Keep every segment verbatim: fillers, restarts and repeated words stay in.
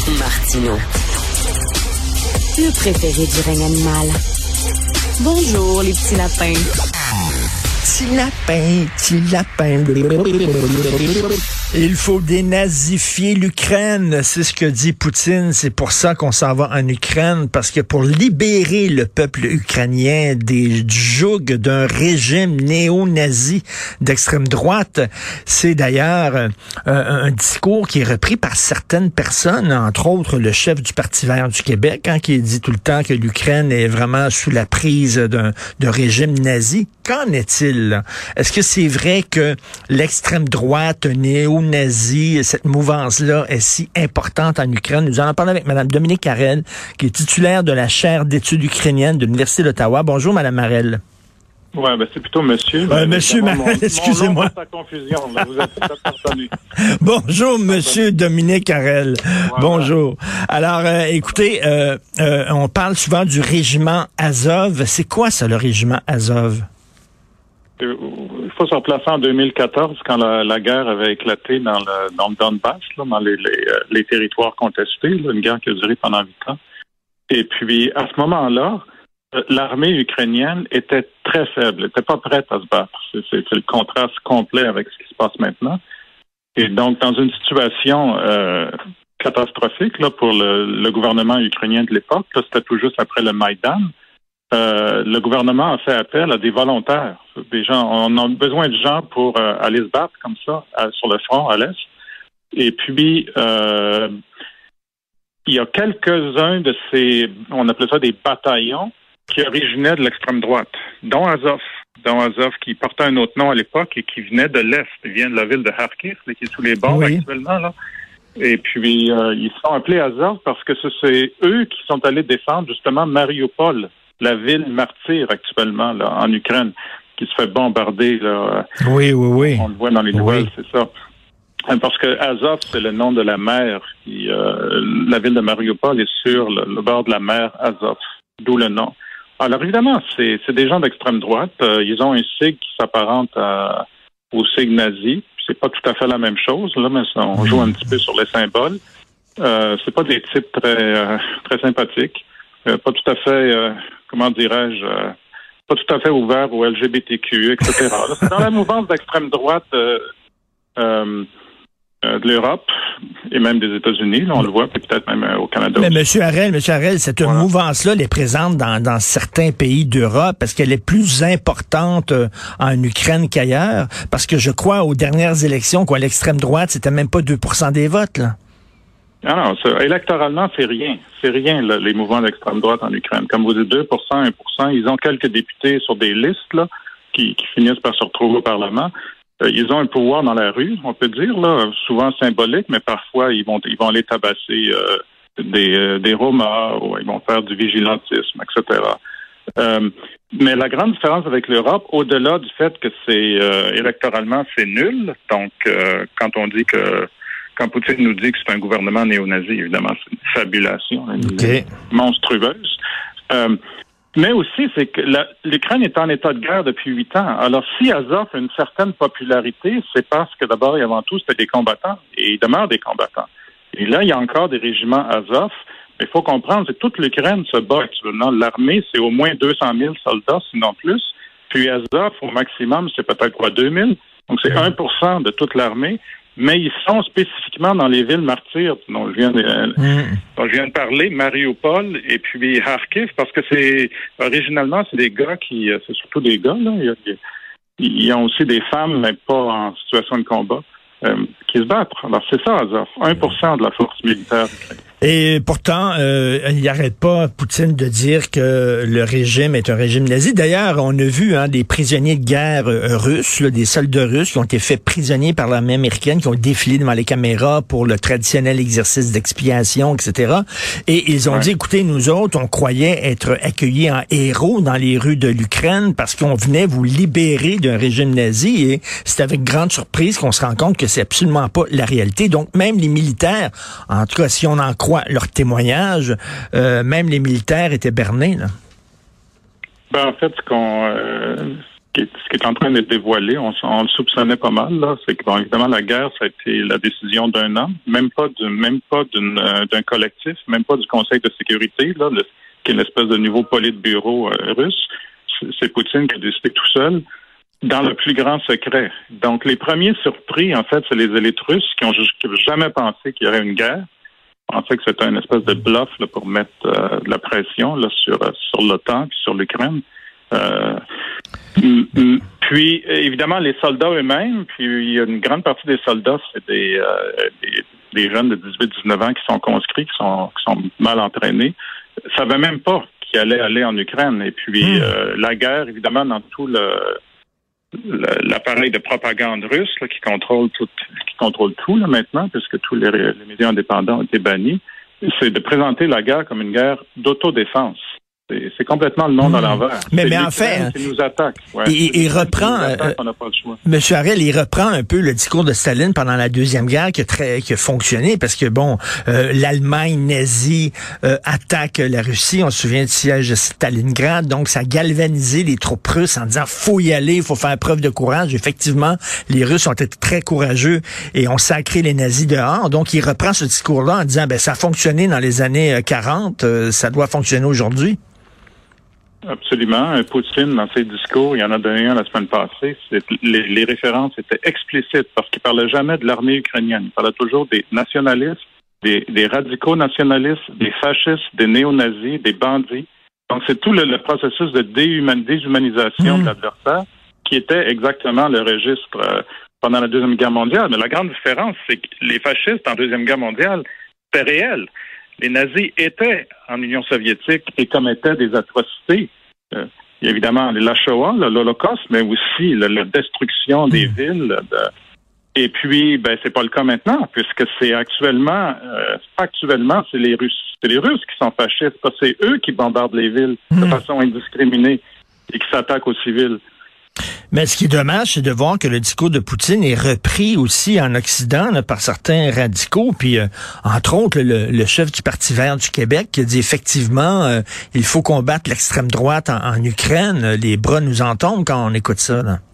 Martineau. Le préféré du règne animal. Bonjour, les petits lapins. Petit lapin, petit lapin. Il faut dénazifier l'Ukraine, c'est ce que dit Poutine. C'est pour ça qu'on s'en va en Ukraine, parce que pour libérer le peuple ukrainien des jougs d'un régime néo-nazi d'extrême droite, c'est d'ailleurs euh, un discours qui est repris par certaines personnes, entre autres le chef du Parti vert du Québec, hein, qui dit tout le temps que l'Ukraine est vraiment sous la prise d'un, d'un régime nazi. Qu'en est-il? Est-ce que c'est vrai que l'extrême droite néo-nazie, cette mouvance-là est si importante en Ukraine? Nous allons parler avec Mme Dominique Harel, qui est titulaire de la chaire d'études ukrainiennes de l'Université d'Ottawa. Bonjour, Mme Harel. Oui, ben c'est plutôt monsieur. Euh, monsieur Marel, excusez-moi. Mon nom, confusion, là. Vous êtes entendu. Bonjour, monsieur Dominique Harel. Voilà. Bonjour. Alors, euh, écoutez, euh, euh, on parle souvent du régiment Azov. C'est quoi ça, le régiment Azov? Il faut se replacer en deux mille quatorze, quand la, la guerre avait éclaté dans le, dans le Donbass, là, dans les, les, les territoires contestés, là, une guerre qui a duré pendant huit ans. Et puis, à ce moment-là, l'armée ukrainienne était très faible, n'était pas prête à se battre. C'est, c'est, c'est le contraste complet avec ce qui se passe maintenant. Et donc, dans une situation euh, catastrophique là, pour le, le gouvernement ukrainien de l'époque, là, c'était tout juste après le Maïdan, euh, le gouvernement a fait appel à des volontaires. Des gens, on a besoin de gens pour euh, aller se battre comme ça à, sur le front à l'Est. Et puis, euh, il y a quelques-uns de ces, on appelait ça des bataillons, qui originaient de l'extrême droite, dont Azov, dont Azov qui portait un autre nom à l'époque et qui venait de l'Est. Il vient de la ville de Kharkiv, là, qui est sous les bombes oui. actuellement. Là. Et puis, euh, ils sont appelés Azov parce que ce, c'est eux qui sont allés défendre justement Mariupol, la ville martyre actuellement là, en Ukraine, qui se fait bombarder. Là. Oui, oui, oui. On le voit dans les nouvelles, oui. c'est ça. Parce que Azov, c'est le nom de la mer. Qui, euh, la ville de Mariupol est sur le, le bord de la mer Azov, d'où le nom. Alors évidemment, c'est, c'est des gens d'extrême droite. Euh, ils ont un sigle qui s'apparente à, au sigle nazi. C'est pas tout à fait la même chose, là, mais ça, on joue un petit peu sur les symboles. Euh, c'est pas des types très euh, très sympathiques. Euh, pas tout à fait, euh, comment dirais-je, euh, pas tout à fait ouverts au L G B T Q, et cetera. Là, c'est dans la mouvance d'extrême droite euh, euh, de l'Europe et même des États-Unis, là, on le voit, puis peut-être même euh, au Canada. Mais M. Harel, M. Harel, cette voilà. mouvance-là, elle est présente dans, dans certains pays d'Europe. Est-ce qu'elle est plus importante euh, en Ukraine qu'ailleurs? Parce que je crois aux dernières élections, quoi, l'extrême droite, c'était même pas deux pour cent des votes, là. Ah non, ça, électoralement, c'est rien. C'est rien, là, les mouvements d'extrême droite en Ukraine. Comme vous dites, deux pour cent, un pour cent, ils ont quelques députés sur des listes, là, qui, qui finissent par se retrouver au Parlement. Euh, ils ont un pouvoir dans la rue, on peut dire, là, souvent symbolique, mais parfois ils vont ils vont aller tabasser euh, des, euh, des Romas, ou ils vont faire du vigilantisme, et cetera. Euh, mais la grande différence avec l'Europe, au-delà du fait que c'est euh, électoralement c'est nul, donc euh, quand on dit que quand Poutine nous dit que c'est un gouvernement néo-nazi, évidemment, c'est une fabulation, okay. monstrueuse. Euh, Mais aussi, c'est que la, l'Ukraine est en état de guerre depuis huit ans. Alors, si Azov a une certaine popularité, c'est parce que d'abord et avant tout, c'était des combattants, et ils demeurent des combattants. Et là, il y a encore des régiments Azov. Mais il faut comprendre que toute l'Ukraine se bat actuellement. L'armée, c'est au moins deux cent mille soldats, sinon plus. Puis Azov, au maximum, c'est peut-être quoi, deux mille. Donc, c'est un pour cent de toute l'armée. Mais ils sont spécifiquement dans les villes martyres dont je viens de, mmh. dont je viens de parler, Mariupol et puis Kharkiv, parce que c'est originalement c'est des gars qui, c'est surtout des gars là, il y a, il y a aussi des femmes, mais pas en situation de combat, euh, qui se battent. Alors c'est ça, Azov, un pour cent de la force militaire. Et pourtant, euh, il n'arrête pas, Poutine, de dire que le régime est un régime nazi. D'ailleurs, on a vu hein, des prisonniers de guerre euh, russes, là, des soldats russes qui ont été faits prisonniers par l'armée américaine, qui ont défilé devant les caméras pour le traditionnel exercice d'expiation, et cetera. Et ils ont ouais. dit, écoutez, nous autres, on croyait être accueillis en héros dans les rues de l'Ukraine parce qu'on venait vous libérer d'un régime nazi. Et c'est avec grande surprise qu'on se rend compte que c'est absolument pas la réalité. Donc, même les militaires, en tout cas, si on en croit leur témoignage, euh, même les militaires étaient bernés, là. Ben, en fait, ce qu'on, euh, qui est, ce qui est en train d'être dévoilé, on, on le soupçonnait pas mal, là, c'est que, bon, évidemment, la guerre, ça a été la décision d'un homme, même pas de, même pas d'une, euh, d'un collectif, même pas du Conseil de sécurité, là, le, qui est une espèce de nouveau politburo euh, russe. C'est, c'est Poutine qui a décidé tout seul, dans le plus grand secret. Donc, les premiers surpris, en fait, c'est les élites russes qui ont jamais pensé qu'il y aurait une guerre. On pensait que c'était une espèce de bluff là, pour mettre euh, de la pression là, sur, sur l'OTAN et sur l'Ukraine. Euh, puis, évidemment, les soldats eux-mêmes, puis il y a une grande partie des soldats, c'est des, euh, des, des jeunes de dix-huit à dix-neuf ans qui sont conscrits, qui sont, qui sont mal entraînés, ne savaient même pas qu'ils allaient aller en Ukraine. Et puis, mmh. euh, la guerre, évidemment, dans tout le... l'appareil de propagande russe là, qui contrôle tout, qui contrôle tout là, maintenant, puisque tous les, les médias indépendants ont été bannis, c'est de présenter la guerre comme une guerre d'autodéfense. C'est, c'est complètement le monde mmh. à l'envers. Mais, c'est mais en fait, qui nous attaque. Ouais. il, il reprend, attaque, on n'a pas le choix. Monsieur Harel, il reprend un peu le discours de Staline pendant la Deuxième Guerre qui a, très, qui a fonctionné parce que, bon, euh, l'Allemagne nazie euh, attaque la Russie. On se souvient du siège de Stalingrad. Donc, ça a galvanisé les troupes russes en disant, faut y aller, faut faire preuve de courage. Effectivement, les Russes ont été très courageux et ont sacré les nazis dehors. Donc, il reprend ce discours-là en disant, ben, ça a fonctionné dans les années quarante, euh, ça doit fonctionner aujourd'hui. Absolument. Poutine, dans ses discours, il y en a donné un la semaine passée, c'est, les, les références étaient explicites parce qu'il parlait jamais de l'armée ukrainienne. Il parlait toujours des nationalistes, des, des radicaux nationalistes, des fascistes, des néo-nazis, des bandits. Donc, c'est tout le, le processus de déhuman, déshumanisation mmh. de l'adversaire qui était exactement le registre euh, pendant la Deuxième Guerre mondiale. Mais la grande différence, c'est que les fascistes en Deuxième Guerre mondiale, c'était réel. Les nazis étaient en Union soviétique et commettaient des atrocités. Euh, il y a évidemment la Shoah, l'Holocauste, mais aussi la, la destruction des mmh. villes. De... Et puis, ben c'est pas le cas maintenant, puisque c'est actuellement, euh, factuellement, c'est les Russes, c'est les Russes qui sont fascistes. C'est eux qui bombardent les villes mmh. de façon indiscriminée et qui s'attaquent aux civils. Mais ce qui est dommage, c'est de voir que le discours de Poutine est repris aussi en Occident là, par certains radicaux. Puis, euh, entre autres, le, le chef du Parti vert du Québec qui a dit effectivement, euh, il faut combattre l'extrême droite en, en Ukraine. Les bras nous en tombent quand on écoute ça. Là.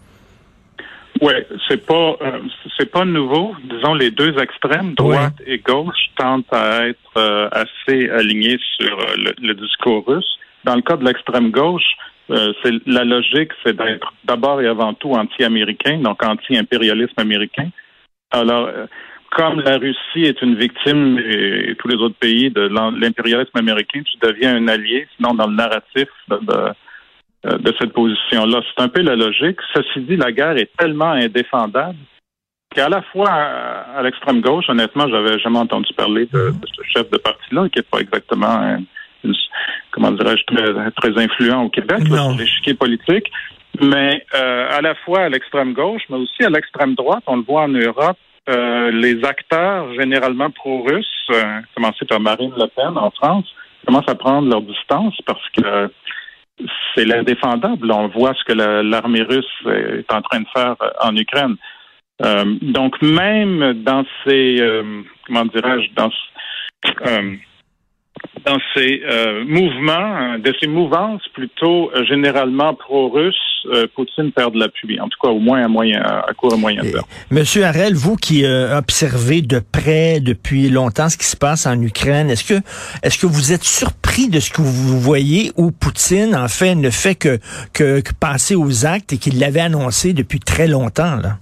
Oui, c'est pas euh, c'est pas nouveau. Disons, les deux extrêmes, droite ouais. et gauche, tentent à être euh, assez alignés sur euh, le, le discours russe. Dans le cas de l'extrême gauche, Euh, c'est la logique, c'est d'être d'abord et avant tout anti-américain, donc anti-impérialisme américain. Alors, euh, comme la Russie est une victime et, et tous les autres pays de l'impérialisme américain, tu deviens un allié, sinon dans le narratif de, de, de cette position-là. C'est un peu la logique. Ceci dit, la guerre est tellement indéfendable qu'à la fois à, à l'extrême gauche, honnêtement, j'avais jamais entendu parler de, de ce chef de parti-là, qui n'est pas exactement un, comment dirais-je, très, très influent au Québec, là, sur l'échiquier politique. Mais euh, à la fois à l'extrême gauche, mais aussi à l'extrême droite, on le voit en Europe, euh, les acteurs généralement pro-russes, euh, commencé par Marine Le Pen en France, commencent à prendre leur distance parce que euh, c'est l'indéfendable. On voit ce que la, l'armée russe est en train de faire en Ukraine. Euh, donc même dans ces, euh, comment dirais-je, dans euh, dans ces euh, mouvements, de ces mouvances plutôt euh, généralement pro-russes, euh, Poutine perd de l'appui, en tout cas au moins à, moyen, à court et moyen terme. Monsieur Harel, vous qui euh, observez de près depuis longtemps ce qui se passe en Ukraine, est-ce que est-ce que vous êtes surpris de ce que vous voyez où Poutine, en fait, ne fait que, que, que passer aux actes et qu'il l'avait annoncé depuis très longtemps, là?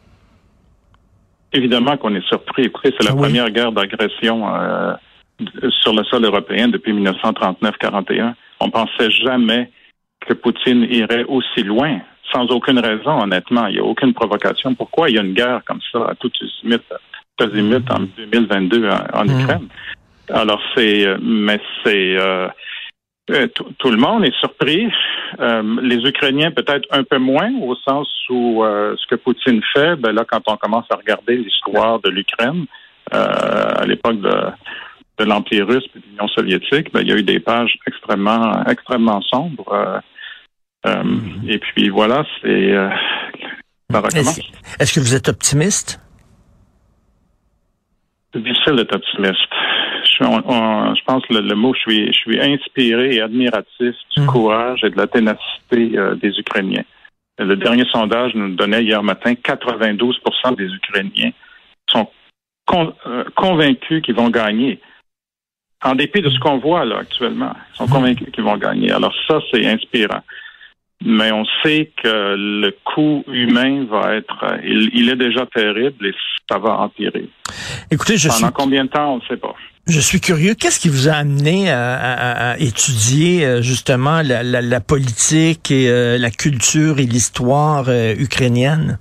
Évidemment qu'on est surpris. Écoutez, c'est la oui. première guerre d'agression euh, sur le sol européen depuis dix-neuf cent trente-neuf quarante et un. On pensait jamais que Poutine irait aussi loin, sans aucune raison, honnêtement. Il n'y a aucune provocation. Pourquoi il y a une guerre comme ça à tout azimut, azimut en deux mille vingt-deux en, en mmh. Ukraine? Alors, c'est... Mais c'est... Euh, tout, tout le monde est surpris. Euh, les Ukrainiens, peut-être un peu moins, au sens où euh, ce que Poutine fait, ben là, quand on commence à regarder l'histoire de l'Ukraine, euh, à l'époque de... de l'Empire russe et de l'Union soviétique, ben, il y a eu des pages extrêmement, extrêmement sombres. Euh, euh, mm-hmm. Et puis voilà, c'est euh, ça recommence. Est-ce, est-ce que vous êtes optimiste? C'est difficile d'être optimiste. Je, suis, on, on, je pense que le, le mot, je suis, je suis inspiré et admiratif du mm-hmm. courage et de la ténacité euh, des Ukrainiens. Le dernier sondage nous donnait hier matin quatre-vingt-douze pour cent des Ukrainiens sont con, euh, convaincus qu'ils vont gagner. En dépit de ce qu'on voit là actuellement, ils sont convaincus qu'ils vont gagner. Alors ça, c'est inspirant. Mais on sait que le coût humain va être, il, il est déjà terrible et ça va empirer. Écoutez, je Pendant suis... combien de temps, on ne sait pas. Je suis curieux. Qu'est-ce qui vous a amené à, à, à étudier justement la, la, la politique et euh, la culture et l'histoire euh, ukrainienne?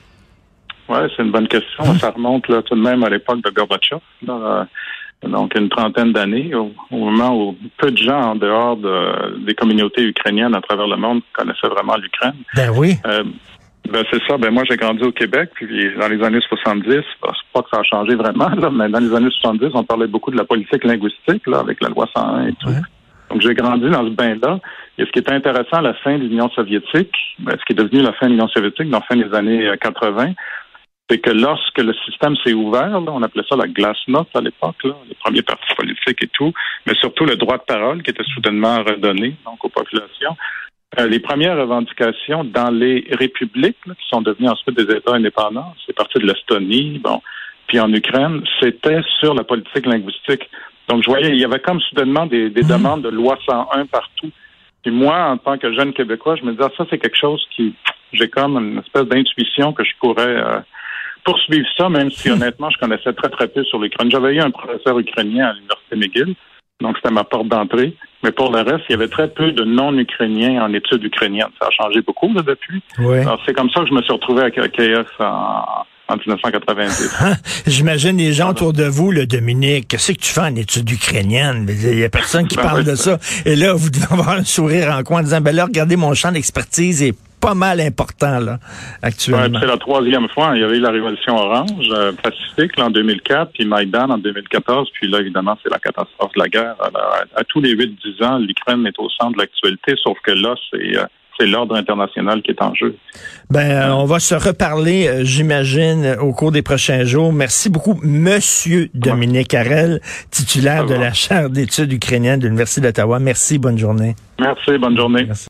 Oui, c'est une bonne question. Hum. Ça remonte là, tout de même à l'époque de Gorbatchev, là, euh, donc une trentaine d'années, au, au moment où peu de gens en dehors de, des communautés ukrainiennes à travers le monde connaissaient vraiment l'Ukraine. Ben oui. Euh, Ben c'est ça. Ben moi j'ai grandi au Québec, puis dans les années soixante-dix, ben, c'est pas que ça a changé vraiment, là, mais dans les années soixante-dix, on parlait beaucoup de la politique linguistique, là, avec la loi cent un et tout. Ouais. Donc j'ai grandi dans ce bain-là. Et ce qui est intéressant à la fin de l'Union soviétique, ben, ce qui est devenu la fin de l'Union soviétique, dans la fin des années quatre-vingt, c'est que lorsque le système s'est ouvert, là, on appelait ça la glasnost à l'époque, là, les premiers partis politiques et tout, mais surtout le droit de parole qui était soudainement redonné donc aux populations. Euh, les premières revendications dans les républiques, là, qui sont devenues ensuite des États indépendants, c'est parti de l'Estonie, bon, puis en Ukraine, c'était sur la politique linguistique. Donc, je voyais, il y avait comme soudainement des, des demandes de loi cent un partout. Puis moi, en tant que jeune Québécois, je me disais, ah, ça, c'est quelque chose qui, j'ai comme une espèce d'intuition que je pourrais euh, poursuivre ça, même si honnêtement, je connaissais très, très peu sur l'Ukraine. J'avais eu un professeur ukrainien à l'Université McGill, donc c'était ma porte d'entrée. Mais pour le reste, il y avait très peu de non-ukrainiens en études ukrainiennes. Ça a changé beaucoup là, depuis. Oui. Alors, c'est comme ça que je me suis retrouvé à K F en, en dix-neuf cent quatre-vingt-dix. J'imagine les gens autour de vous, le Dominique, qu'est-ce que tu fais en études ukrainiennes? Il n'y a personne qui ben parle oui, de ça. Et là, vous devez avoir un sourire en coin en disant, ben là, regardez, mon champ d'expertise est pas mal important, là, actuellement. Ouais, c'est la troisième fois. Il y avait eu la Révolution orange, euh, Pacifique, là, en deux mille quatre, puis Maïdan en deux mille quatorze, puis là, évidemment, c'est la catastrophe de la guerre. Alors, à, à tous les huit dix ans, l'Ukraine est au centre de l'actualité, sauf que là, c'est... Euh, c'est l'ordre international qui est en jeu. Ben, euh, on va se reparler, euh, j'imagine, au cours des prochains jours. Merci beaucoup, Monsieur Dominique Harel, titulaire de la chaire d'études ukrainiennes de l'Université d'Ottawa. Merci, bonne journée. Merci, bonne journée. Merci.